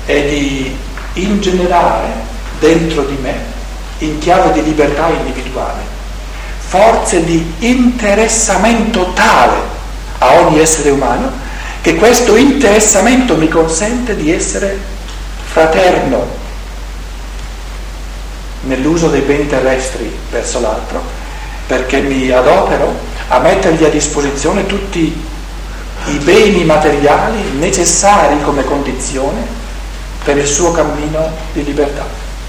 è di ingenerare dentro di me, in chiave di libertà individuale, forze di interessamento tale a ogni essere umano che questo interessamento mi consente di essere fraterno nell'uso dei beni terrestri verso l'altro, perché mi adopero a mettergli a disposizione tutti i beni materiali necessari come condizione per il suo cammino di libertà.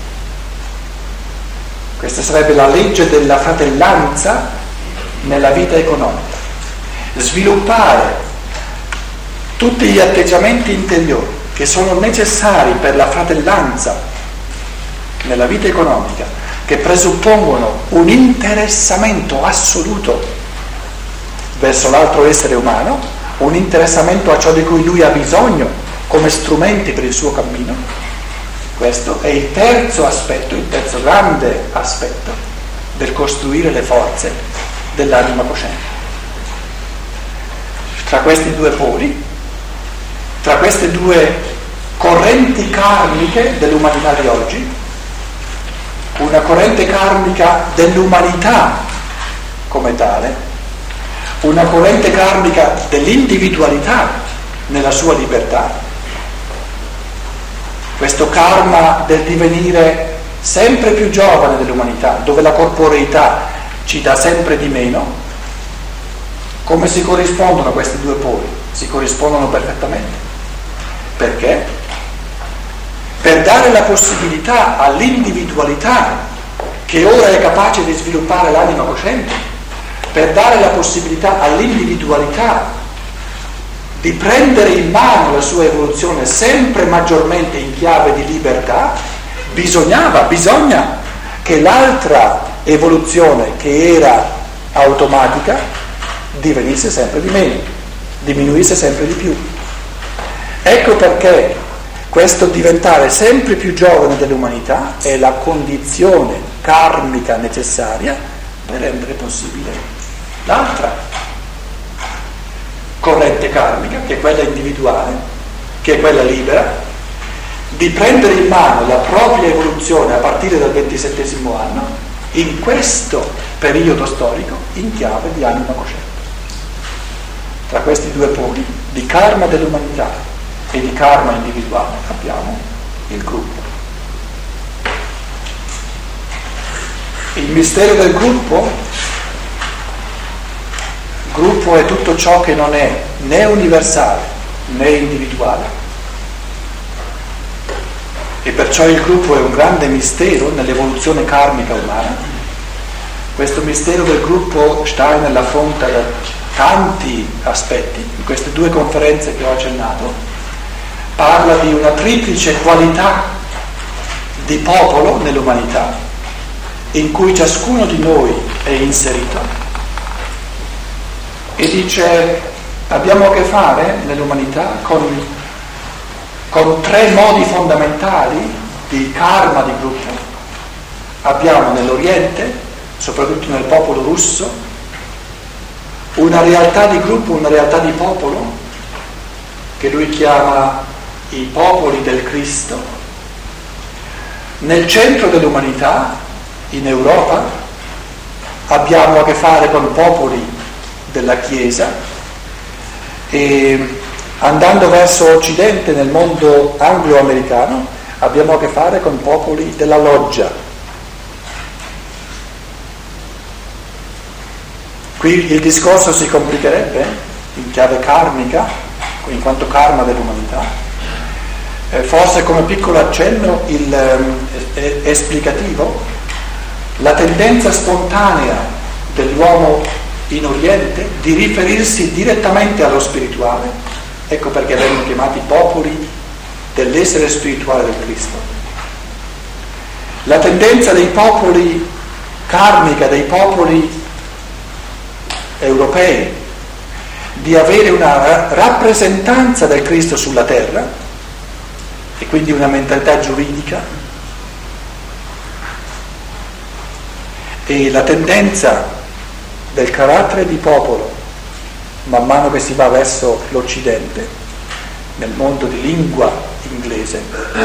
Questa sarebbe la legge della fratellanza nella vita economica. Sviluppare tutti gli atteggiamenti interiori che sono necessari per la fratellanza nella vita economica, che presuppongono un interessamento assoluto verso l'altro essere umano, un interessamento a ciò di cui lui ha bisogno come strumenti per il suo cammino. Questo è il terzo aspetto, il terzo grande aspetto del costruire le forze dell'anima cosciente. Tra questi due poli, tra queste due correnti karmiche dell'umanità di oggi, una corrente karmica dell'umanità come tale, una corrente karmica dell'individualità nella sua libertà, questo karma del divenire sempre più giovane dell'umanità, dove la corporeità ci dà sempre di meno. Come si corrispondono questi due poli? Si corrispondono perfettamente. Perché? Per dare la possibilità all'individualità che ora è capace di sviluppare l'anima cosciente, per dare la possibilità all'individualità di prendere in mano la sua evoluzione sempre maggiormente in chiave di libertà, bisogna che l'altra evoluzione che era automatica divenisse sempre di meno, diminuisse sempre di più. Ecco perché questo diventare sempre più giovane dell'umanità è la condizione karmica necessaria per rendere possibile l'altra corrente karmica, che è quella individuale, che è quella libera, di prendere in mano la propria evoluzione a partire dal 27° anno in questo periodo storico in chiave di anima cosciente. Tra questi due poli di karma dell'umanità e di karma individuale abbiamo il gruppo. Il mistero del gruppo è tutto ciò che non è né universale né individuale, e perciò il gruppo è un grande mistero nell'evoluzione karmica umana. Questo mistero del gruppo Steiner l'affronta da tanti aspetti. In queste due conferenze che ho accennato parla di una triplice qualità di popolo nell'umanità in cui ciascuno di noi è inserito, e dice: abbiamo a che fare nell'umanità con tre modi fondamentali di karma di gruppo. Abbiamo nell'Oriente, soprattutto nel popolo russo, una realtà di gruppo, una realtà di popolo che lui chiama i popoli del Cristo. Nel centro dell'umanità, in Europa, abbiamo a che fare con popoli della Chiesa, e andando verso occidente nel mondo anglo-americano abbiamo a che fare con popoli della loggia. Qui il discorso si complicherebbe in chiave karmica, in quanto karma dell'umanità. Forse come piccolo accenno esplicativo, la tendenza spontanea dell'uomo in Oriente di riferirsi direttamente allo spirituale, ecco perché vengono chiamati popoli dell'essere spirituale del Cristo. La tendenza dei popoli karmica, dei popoli europei, di avere una rappresentanza del Cristo sulla terra e quindi una mentalità giuridica, e la tendenza del carattere di popolo man mano che si va verso l'Occidente, nel mondo di lingua inglese, tese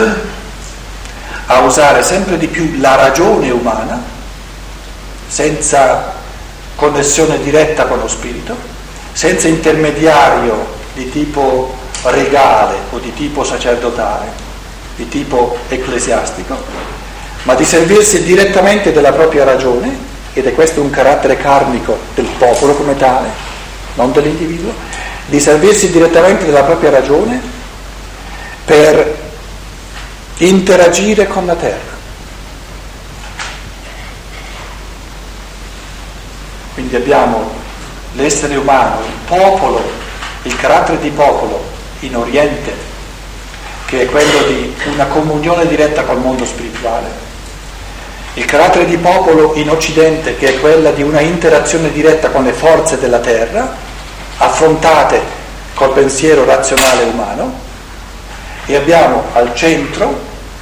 a usare sempre di più la ragione umana senza connessione diretta con lo spirito, senza intermediario di tipo regale o di tipo sacerdotale, di tipo ecclesiastico, ma di servirsi direttamente della propria ragione, ed è questo un carattere karmico del popolo come tale, non dell'individuo, di servirsi direttamente della propria ragione per interagire con la terra. Quindi abbiamo l'essere umano, il popolo, il carattere di popolo in Oriente, che è quello di una comunione diretta col mondo spirituale, il carattere di popolo in Occidente, che è quella di una interazione diretta con le forze della terra, affrontate col pensiero razionale umano, e abbiamo al centro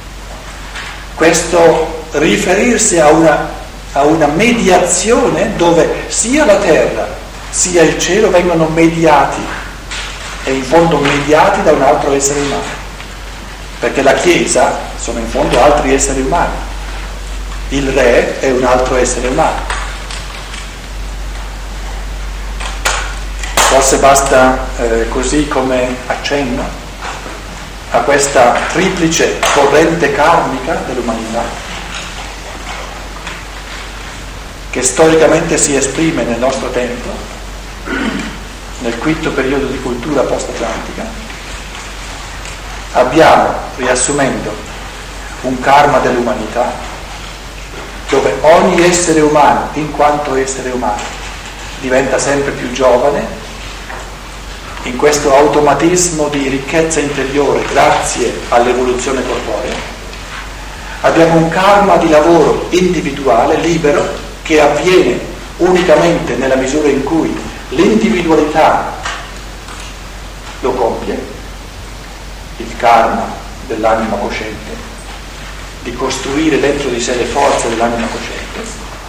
questo riferirsi a una mediazione dove sia la terra sia il cielo vengono mediati, e in fondo mediati da un altro essere umano, perché la Chiesa sono in fondo altri esseri umani, il re è un altro essere umano. Forse basta così come accenno a questa triplice corrente karmica dell'umanità, che storicamente si esprime nel nostro tempo, nel quinto periodo di cultura post-atlantica. Abbiamo, riassumendo, un karma dell'umanità, dove ogni essere umano, in quanto essere umano, diventa sempre più giovane, in questo automatismo di ricchezza interiore grazie all'evoluzione corporea. Abbiamo un karma di lavoro individuale, libero, che avviene unicamente nella misura in cui l'individualità lo compie, il karma dell'anima cosciente, di costruire dentro di sé le forze dell'anima cosciente,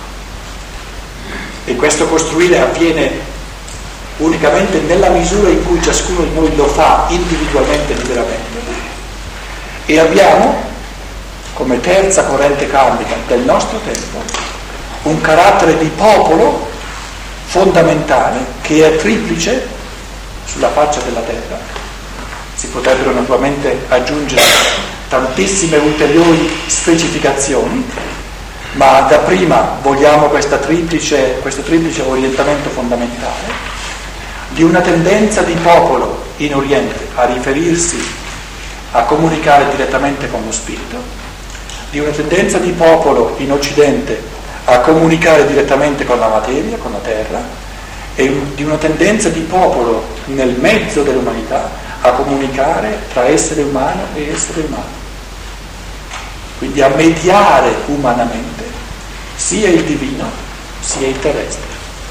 e questo costruire avviene unicamente nella misura in cui ciascuno di noi lo fa individualmente e liberamente. E abbiamo, come terza corrente karmica del nostro tempo, un carattere di popolo fondamentale che è triplice sulla faccia della terra. Si potrebbero naturalmente aggiungere tantissime ulteriori specificazioni, ma dapprima vogliamo questo triplice orientamento fondamentale di una tendenza di popolo in Oriente a riferirsi, a comunicare direttamente con lo spirito, di una tendenza di popolo in Occidente a comunicare direttamente con la materia, con la terra, e di una tendenza di popolo nel mezzo dell'umanità a comunicare tra essere umano e essere umano, quindi a mediare umanamente sia il divino sia il terrestre.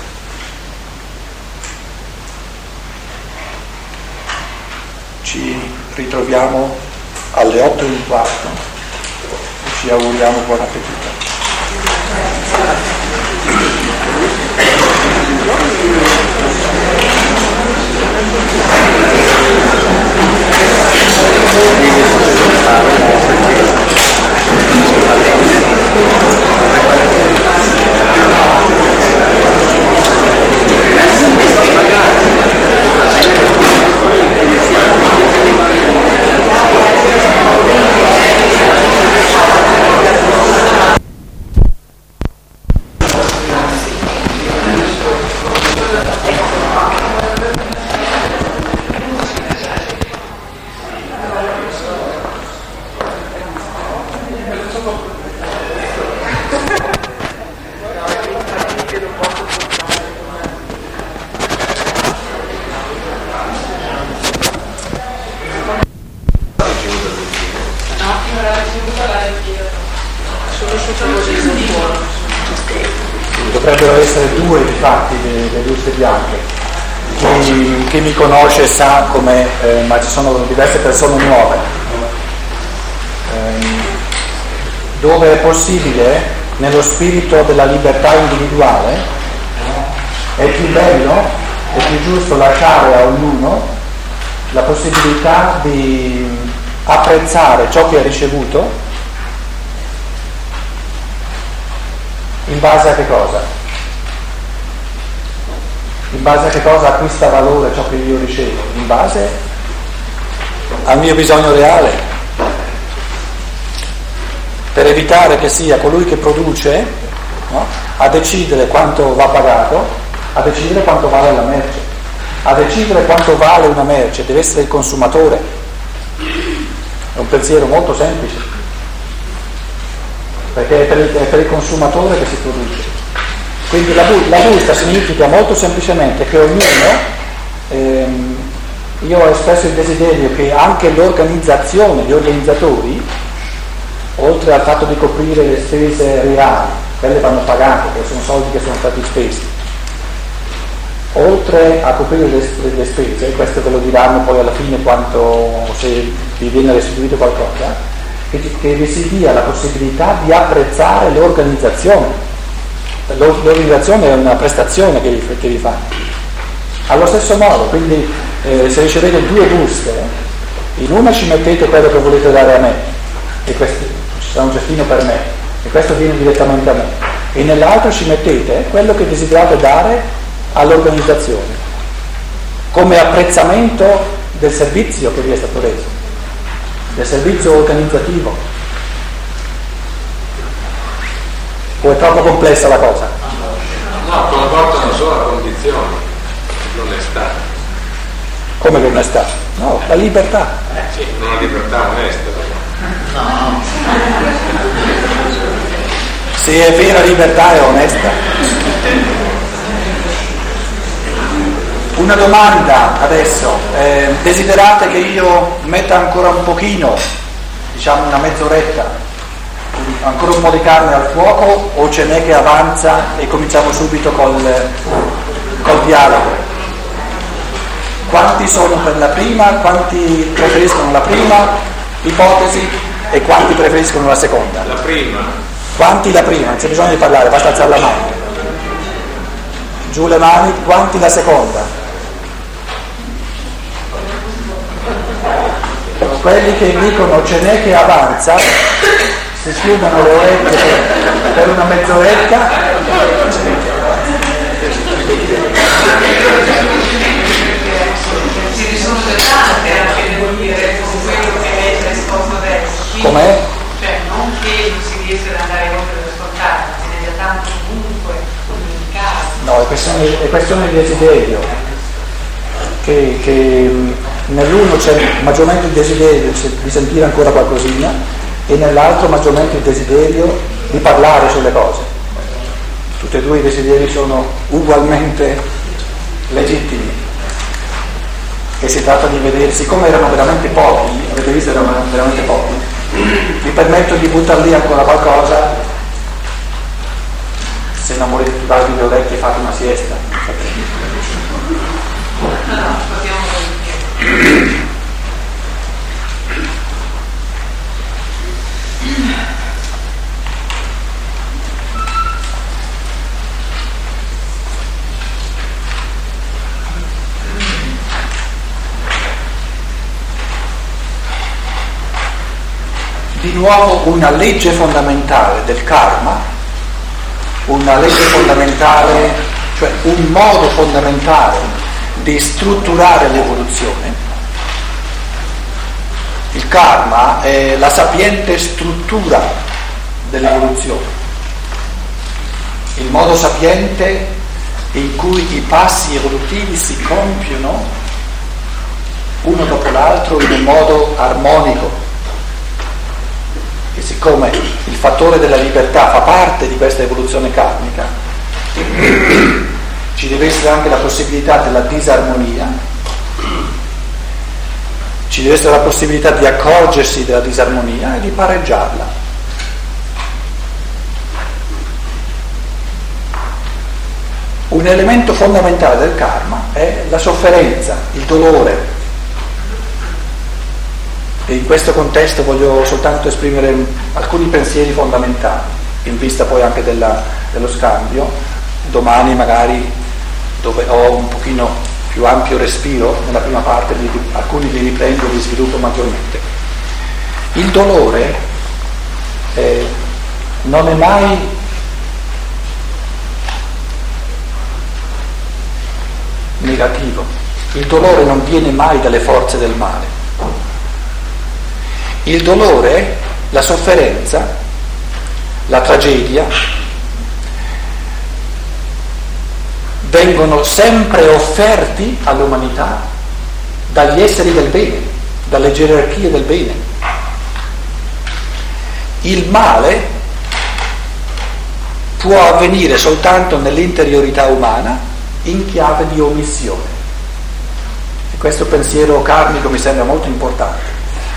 Ci ritroviamo alle 8:15, ci auguriamo buon appetito. Dovrebbero essere due infatti le luci bianche. Chi mi conosce sa come, ma ci sono diverse persone nuove. Dove è possibile, nello spirito della libertà individuale, è più bello, è più giusto lasciare a ognuno la possibilità di apprezzare ciò che ha ricevuto in base a che cosa? In base a che cosa acquista valore ciò che io ricevo? In base al mio bisogno reale, per evitare che sia colui che produce, no, a decidere quanto va pagato, a decidere quanto vale la merce. A decidere quanto vale una merce deve essere il consumatore. È un pensiero molto semplice, perché è per il consumatore che si produce. Quindi la busta significa molto semplicemente che ognuno, io ho espresso il desiderio che anche l'organizzazione, gli organizzatori, oltre al fatto di coprire le spese reali, quelle vanno pagate, perché sono soldi che sono stati spesi, oltre a coprire le spese, questo ve lo diranno poi alla fine quanto, se vi viene restituito qualcosa, che vi si dia la possibilità di apprezzare l'organizzazione. L'organizzazione è una prestazione che vi fa. Allo stesso modo, quindi se ricevete 2 buste, in una ci mettete quello che volete dare a me, e questo, ci sarà un cestino per me, e questo viene direttamente a me, e nell'altra ci mettete quello che desiderate dare all'organizzazione, come apprezzamento del servizio che vi è stato reso, del servizio organizzativo. O è troppo complessa la cosa? No, comportano solo a condizioni, l'onestà. Come l'onestà? No, la libertà. Sì, una libertà onesta. No. Se è vera libertà è onesta. Una domanda adesso, desiderate che io metta ancora un pochino, diciamo una mezz'oretta, ancora un po' di carne al fuoco, o ce n'è che avanza e cominciamo subito col dialogo? Quanti sono per la prima, quanti preferiscono la prima ipotesi e quanti preferiscono la seconda? La prima. Quanti la prima? Non c'è bisogno di parlare, basta alzare la mano. Giù le mani, quanti la seconda? Quelli che dicono ce n'è che avanza, si chiudono le orecchie per una mezz'oretta. Ce ne sono tante anche, devo dire, con quello che hai risposto adesso. Com'è? Cioè, non che non si riesca ad andare oltre le scontare, ce n'è già tanto comunque in casa. No, è questione di desiderio, che nell'uno c'è maggiormente il desiderio di sentire ancora qualcosina e nell'altro maggiormente il desiderio di parlare sulle cose. Tutti e 2 i desideri sono ugualmente legittimi, e si tratta di vedere, siccome erano veramente pochi, avete visto erano veramente pochi, vi permetto di buttare lì ancora qualcosa. Se non volete darvi le orecchie fate una siesta. No, possiamo volentieri. Di nuovo una legge fondamentale del karma, una legge fondamentale, cioè un modo fondamentale di strutturare l'evoluzione. Il karma è la sapiente struttura dell'evoluzione, il modo sapiente in cui i passi evolutivi si compiono uno dopo l'altro in un modo armonico. E siccome il fattore della libertà fa parte di questa evoluzione karmica, ci deve essere anche la possibilità della disarmonia, ci deve essere la possibilità di accorgersi della disarmonia e di pareggiarla. Un elemento fondamentale del karma è la sofferenza, il dolore. E in questo contesto voglio soltanto esprimere alcuni pensieri fondamentali, in vista poi anche dello scambio. Domani magari, dove ho un pochino più ampio respiro, nella prima parte alcuni li riprendo e li sviluppo maggiormente. Il dolore non è mai negativo, il dolore non viene mai dalle forze del male. Il dolore, la sofferenza, la tragedia vengono sempre offerti all'umanità dagli esseri del bene, dalle gerarchie del bene. Il male può avvenire soltanto nell'interiorità umana in chiave di omissione. E questo pensiero karmico mi sembra molto importante.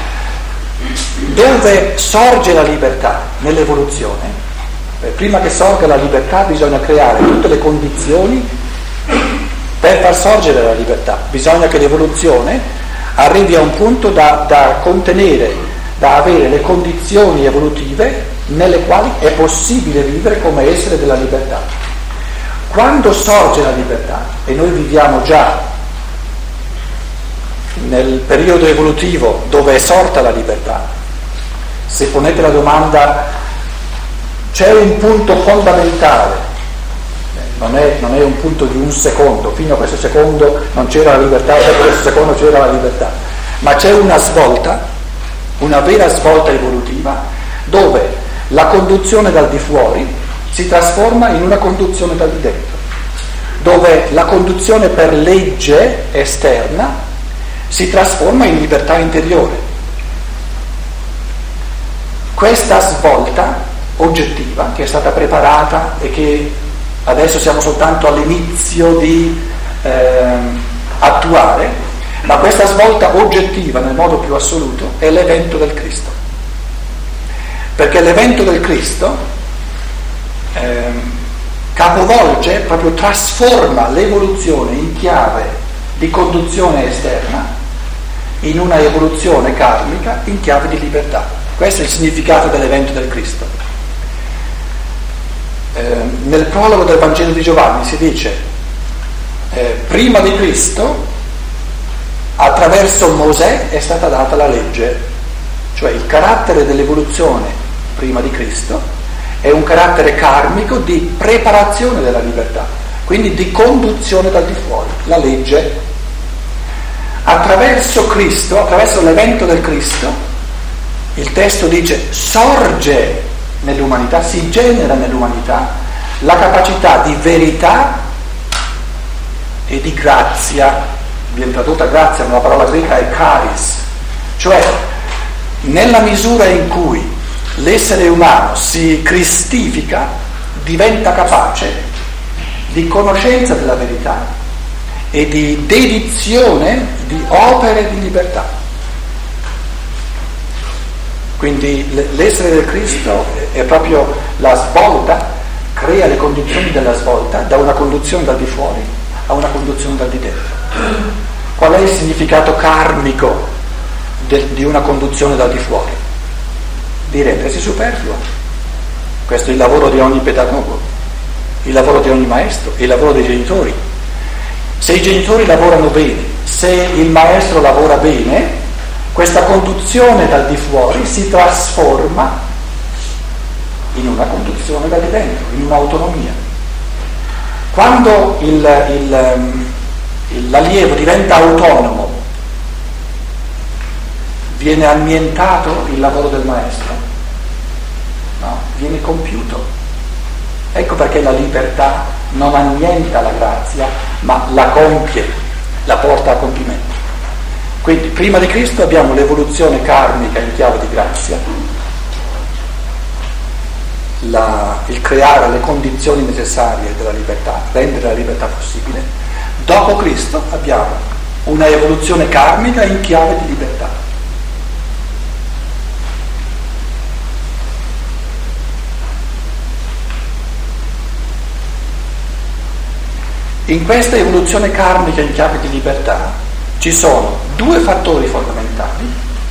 Dove sorge la libertà nell'evoluzione, prima che sorga la libertà bisogna creare tutte le condizioni per far sorgere la libertà. Bisogna che l'evoluzione arrivi a un punto da contenere, da avere le condizioni evolutive nelle quali è possibile vivere come essere della libertà. Quando sorge la libertà, e noi viviamo già nel periodo evolutivo dove è sorta la libertà, se ponete la domanda c'è un punto fondamentale, non è un punto di un secondo, fino a questo secondo non c'era la libertà, dopo questo secondo c'era la libertà, ma c'è una svolta, una vera svolta evolutiva, dove la conduzione dal di fuori si trasforma in una conduzione dal di dentro, dove la conduzione per legge esterna si trasforma in libertà interiore. Questa svolta oggettiva che è stata preparata e che adesso siamo soltanto all'inizio di attuare, ma questa svolta oggettiva nel modo più assoluto è l'evento del Cristo. Perché l'evento del Cristo capovolge, proprio trasforma l'evoluzione in chiave di conduzione esterna in una evoluzione karmica in chiave di libertà. Questo è il significato dell'evento del Cristo. Nel prologo del Vangelo di Giovanni si dice prima di Cristo attraverso Mosè è stata data la legge, cioè il carattere dell'evoluzione prima di Cristo è un carattere karmico di preparazione della libertà, quindi di conduzione dal di fuori, la legge. Attraverso Cristo, attraverso l'evento del Cristo, il testo dice sorge nell'umanità, si genera nell'umanità la capacità di verità e di grazia. Viene tradotta grazia, ma la parola greca è charis, cioè nella misura in cui l'essere umano si cristifica diventa capace di conoscenza della verità e di dedizione di opere di libertà. Quindi l'essere del Cristo è proprio la svolta, crea le condizioni della svolta da una conduzione dal di fuori a una conduzione dal di dentro. Qual è il significato karmico di una conduzione dal di fuori? Di rendersi superfluo. Questo è il lavoro di ogni pedagogo, il lavoro di ogni maestro, il lavoro dei genitori. Se i genitori lavorano bene, se il maestro lavora bene, questa conduzione dal di fuori si trasforma in una conduzione da di dentro, in un'autonomia. Quando l'allievo diventa autonomo, viene annientato il lavoro del maestro, no? Viene compiuto. Ecco perché la libertà non annienta la grazia, ma la compie, la porta a compimento. Quindi prima di Cristo abbiamo l'evoluzione karmica in chiave di grazia, il creare le condizioni necessarie della libertà, rendere la libertà possibile. Dopo Cristo abbiamo una evoluzione karmica in chiave di libertà. In questa evoluzione karmica in chiave di libertà ci sono due fattori fondamentali.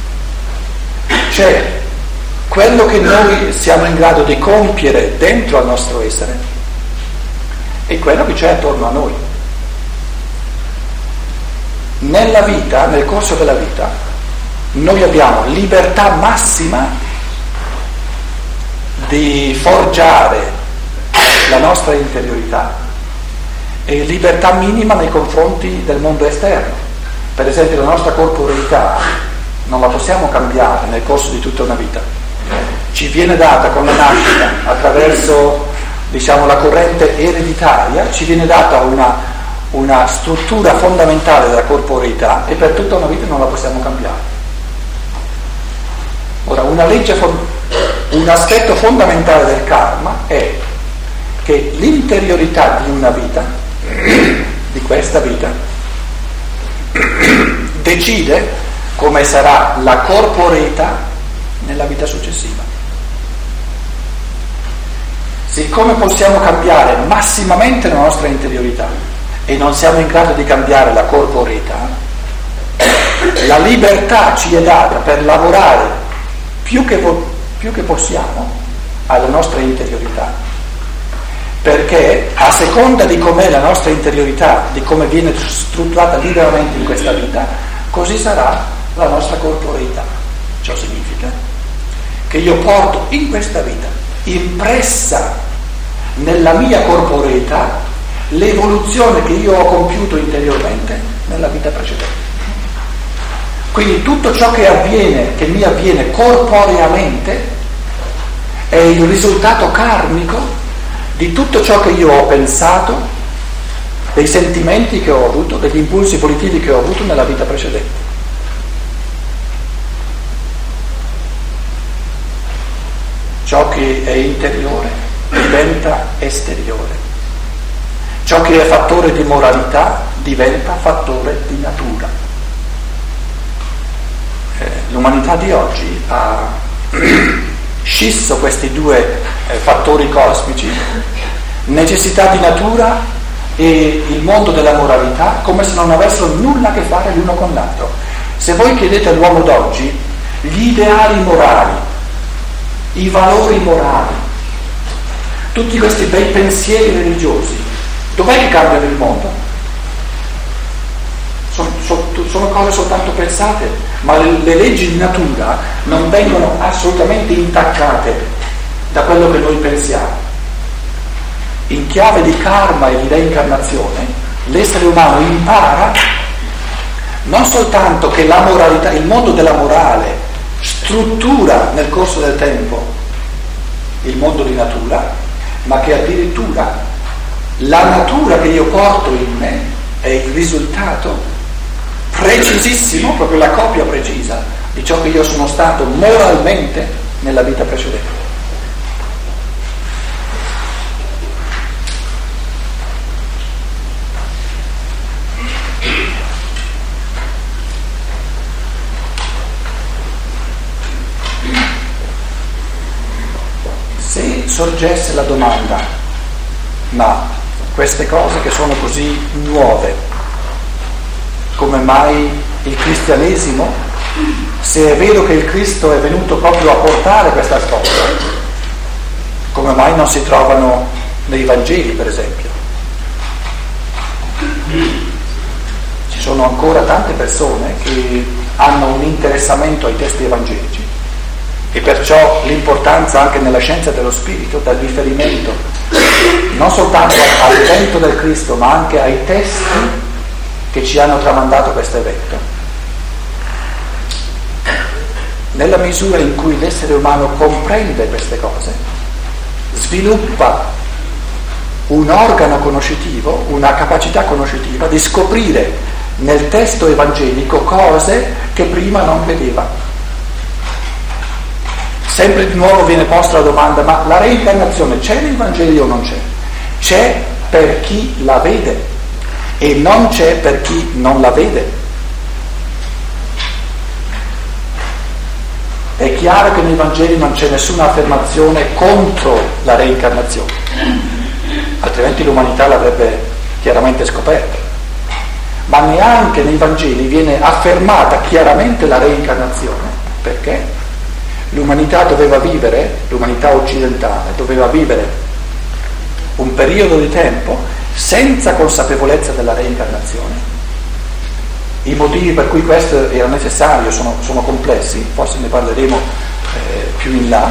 C'è quello che noi siamo in grado di compiere dentro al nostro essere e quello che c'è attorno a noi. Nella vita, nel corso della vita, noi abbiamo libertà massima di forgiare la nostra interiorità e libertà minima nei confronti del mondo esterno. Per esempio la nostra corporeità non la possiamo cambiare nel corso di tutta una vita, ci viene data con la nascita attraverso, diciamo, la corrente ereditaria, ci viene data una struttura fondamentale della corporeità e per tutta una vita non la possiamo cambiare. Ora, un aspetto fondamentale del karma è che l'interiorità di una vita, di questa vita, decide come sarà la corporeità nella vita successiva. Siccome possiamo cambiare massimamente la nostra interiorità e non siamo in grado di cambiare la corporeità, la libertà ci è data per lavorare più che possiamo alla nostra interiorità, perché a seconda di com'è la nostra interiorità, di come viene strutturata liberamente in questa vita, così sarà la nostra corporeità. Ciò significa che io porto in questa vita impressa nella mia corporeità l'evoluzione che io ho compiuto interiormente nella vita precedente. Quindi tutto ciò che mi avviene corporeamente è il risultato karmico di tutto ciò che io ho pensato, dei sentimenti che ho avuto, degli impulsi positivi che ho avuto nella vita precedente. Ciò che è interiore diventa esteriore. Ciò che è fattore di moralità diventa fattore di natura. L'umanità di oggi ha scisso questi due fattori cosmici, necessità di natura e il mondo della moralità, come se non avessero nulla a che fare l'uno con l'altro. Se voi chiedete all'uomo d'oggi gli ideali morali, i valori morali, tutti questi bei pensieri religiosi, dov'è che cambiano il mondo? Sono cose soltanto pensate, ma le leggi di natura non vengono assolutamente intaccate da quello che noi pensiamo. In chiave di karma e di reincarnazione, l'essere umano impara non soltanto che la moralità, il mondo della morale struttura nel corso del tempo il mondo di natura, ma che addirittura la natura che io porto in me è il risultato precisissimo, proprio la copia precisa di ciò che io sono stato moralmente nella vita precedente. Se sorgesse la domanda, ma queste cose che sono così nuove, come mai il cristianesimo, se è vero che il Cristo è venuto proprio a portare questa storia, come mai non si trovano nei Vangeli, per esempio? Ci sono ancora tante persone che hanno un interessamento ai testi evangelici e perciò l'importanza anche nella scienza dello spirito dal riferimento non soltanto all'evento del Cristo, ma anche ai testi che ci hanno tramandato questo evento. Nella misura in cui l'essere umano comprende queste cose, sviluppa un organo conoscitivo, una capacità conoscitiva di scoprire nel testo evangelico cose che prima non vedeva. Sempre di nuovo viene posta la domanda, ma la reincarnazione c'è nei Vangeli o non c'è? C'è per chi la vede e non c'è per chi non la vede. È chiaro che nei Vangeli non c'è nessuna affermazione contro la reincarnazione, altrimenti l'umanità l'avrebbe chiaramente scoperta. Ma neanche nei Vangeli viene affermata chiaramente la reincarnazione, perché l'umanità occidentale doveva vivere un periodo di tempo senza consapevolezza della reincarnazione I motivi per cui questo era necessario sono complessi, forse ne parleremo più in là.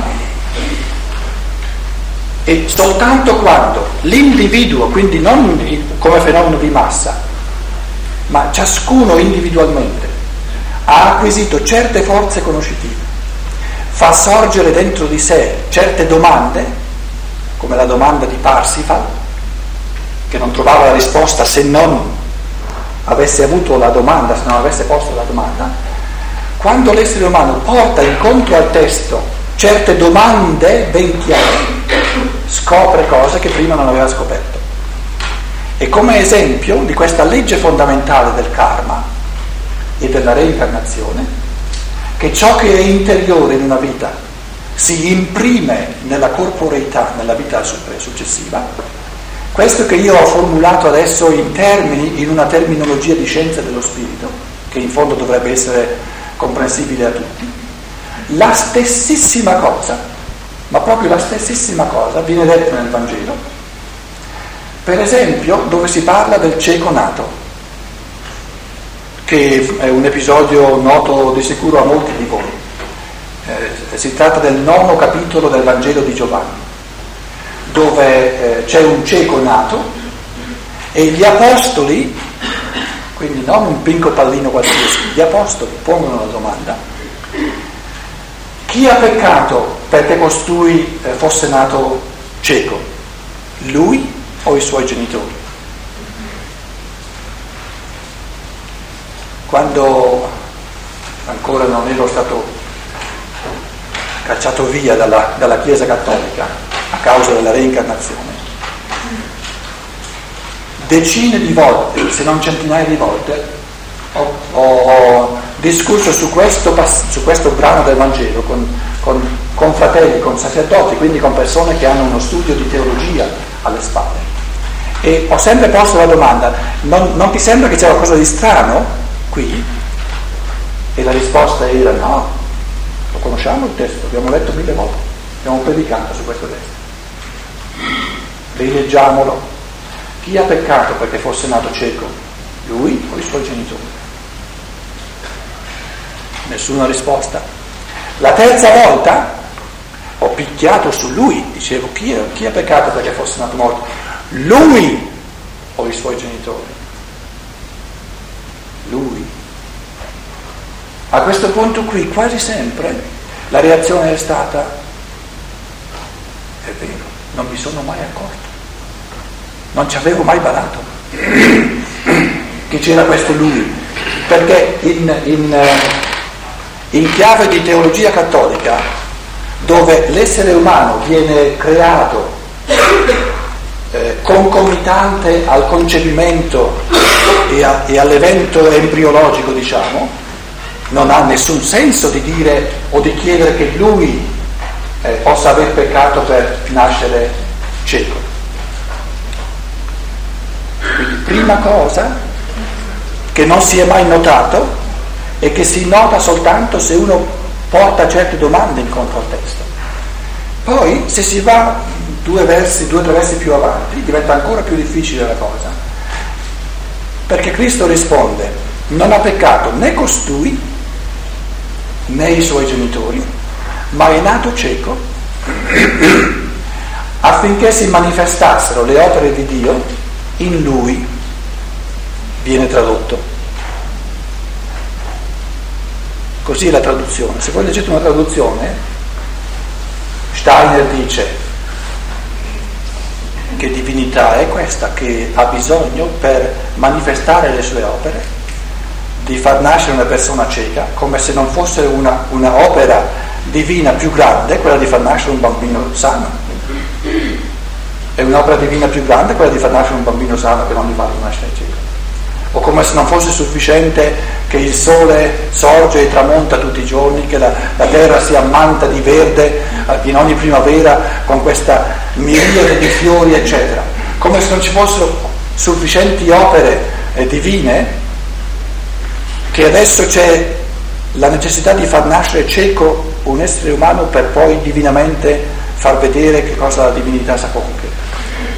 E soltanto quando l'individuo, quindi non come fenomeno di massa, ma ciascuno individualmente, ha acquisito certe forze conoscitive, fa sorgere dentro di sé certe domande, come la domanda di Parsifal, che non trovava la risposta se non avesse avuto la domanda, se non avesse posto la domanda. Quando l'essere umano porta incontro al testo certe domande ben chiare, scopre cose che prima non aveva scoperto. E come esempio di questa legge fondamentale del karma e della reincarnazione, che ciò che è interiore in una vita si imprime nella corporeità, nella vita successiva. Questo che io ho formulato adesso in una terminologia di scienza dello spirito, che in fondo dovrebbe essere comprensibile a tutti, la stessissima cosa, ma proprio la stessima cosa, viene detta nel Vangelo, per esempio dove si parla del cieco nato, che è un episodio noto di sicuro a molti di voi. Si tratta del 9° capitolo del Vangelo di Giovanni, dove c'è un cieco nato e gli apostoli, quindi non un pinco pallino qualsiasi, gli apostoli pongono la domanda: chi ha peccato perché costui fosse nato cieco? Lui o i suoi genitori? Quando ancora non ero stato cacciato via dalla Chiesa Cattolica a causa della reincarnazione, decine di volte, se non centinaia di volte, ho discusso su questo brano del Vangelo con fratelli, con sacerdoti, quindi con persone che hanno uno studio di teologia alle spalle, e ho sempre posto la domanda: non ti sembra che c'è qualcosa di strano qui? E la risposta era: no, lo conosciamo il testo, abbiamo letto 1000 volte, abbiamo predicato su questo testo, rileggiamolo. Chi ha peccato perché fosse nato cieco? Lui o i suoi genitori? Nessuna risposta. La terza volta ho picchiato su lui, dicevo: chi ha peccato perché fosse nato morto? Lui o i suoi genitori? Lui. A questo punto qui quasi sempre la reazione è stata: è vero, non mi sono mai accorto, non ci avevo mai badato che c'era questo lui, perché in chiave di teologia cattolica, dove l'essere umano viene creato concomitante al concepimento e all'evento embriologico, diciamo, non ha nessun senso di dire o di chiedere che lui possa aver peccato per nascere cieco. Quindi prima cosa che non si è mai notato e che si nota soltanto se uno porta certe domande incontro al testo. Poi se si va 2 o 3 versi più avanti diventa ancora più difficile la cosa, perché Cristo risponde: non ha peccato né costui né i suoi genitori, ma è nato cieco affinché si manifestassero le opere di Dio in lui. Viene tradotto così, è la traduzione. Se voi leggete una traduzione, Steiner dice che divinità è questa che ha bisogno, per manifestare le sue opere, di far nascere una persona cieca, come se non fosse una opera divina più grande quella di far nascere un bambino sano. È un'opera divina più grande quella di far nascere un bambino sano che non di farlo nascere cieco. O come se non fosse sufficiente che il sole sorge e tramonta tutti i giorni, che la terra si ammanta di verde in ogni primavera con questa miriade di fiori, eccetera. Come se non ci fossero sufficienti opere divine, che adesso c'è la necessità di far nascere cieco un essere umano per poi divinamente far vedere che cosa la divinità sa compiere.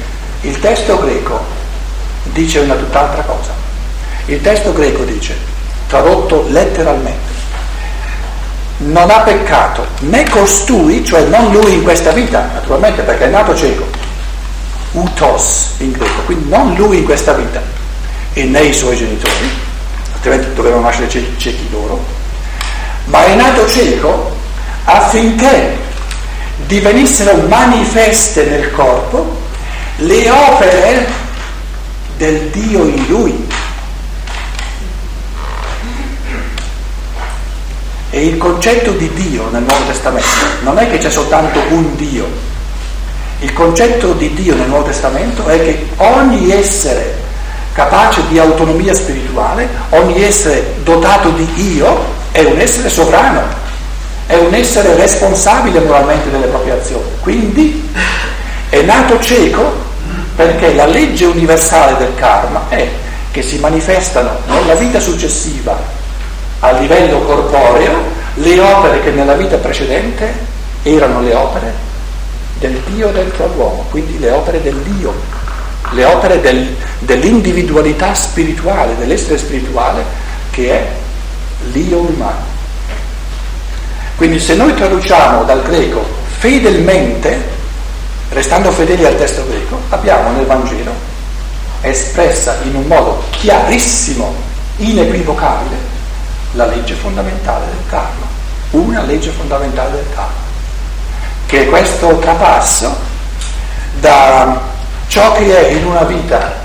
Il testo greco dice una tutt'altra cosa. Il testo greco dice: tradotto letteralmente. Non ha peccato né costui, cioè non lui in questa vita, naturalmente perché è nato cieco, utos in greco, quindi non lui in questa vita e né i suoi genitori, altrimenti dovevano nascere ciechi loro, ma è nato cieco affinché divenissero manifeste nel corpo le opere del Dio in lui. E il concetto di Dio nel Nuovo Testamento non è che c'è soltanto un Dio. Il concetto di Dio nel Nuovo Testamento è che ogni essere capace di autonomia spirituale, ogni essere dotato di io, è un essere sovrano, è un essere responsabile moralmente delle proprie azioni. Quindi è nato cieco perché la legge universale del karma è che si manifestano nella vita successiva a livello corporeo le opere che nella vita precedente erano le opere del Dio dentro all'uomo, quindi le opere dell'io, le opere dell'individualità spirituale, dell'essere spirituale che è l'io umano. Quindi se noi traduciamo dal greco fedelmente, restando fedeli al testo greco, abbiamo nel Vangelo espressa in un modo chiarissimo, inequivocabile, la legge fondamentale del karma, una legge fondamentale del karma, che è questo trapasso da ciò che è in una vita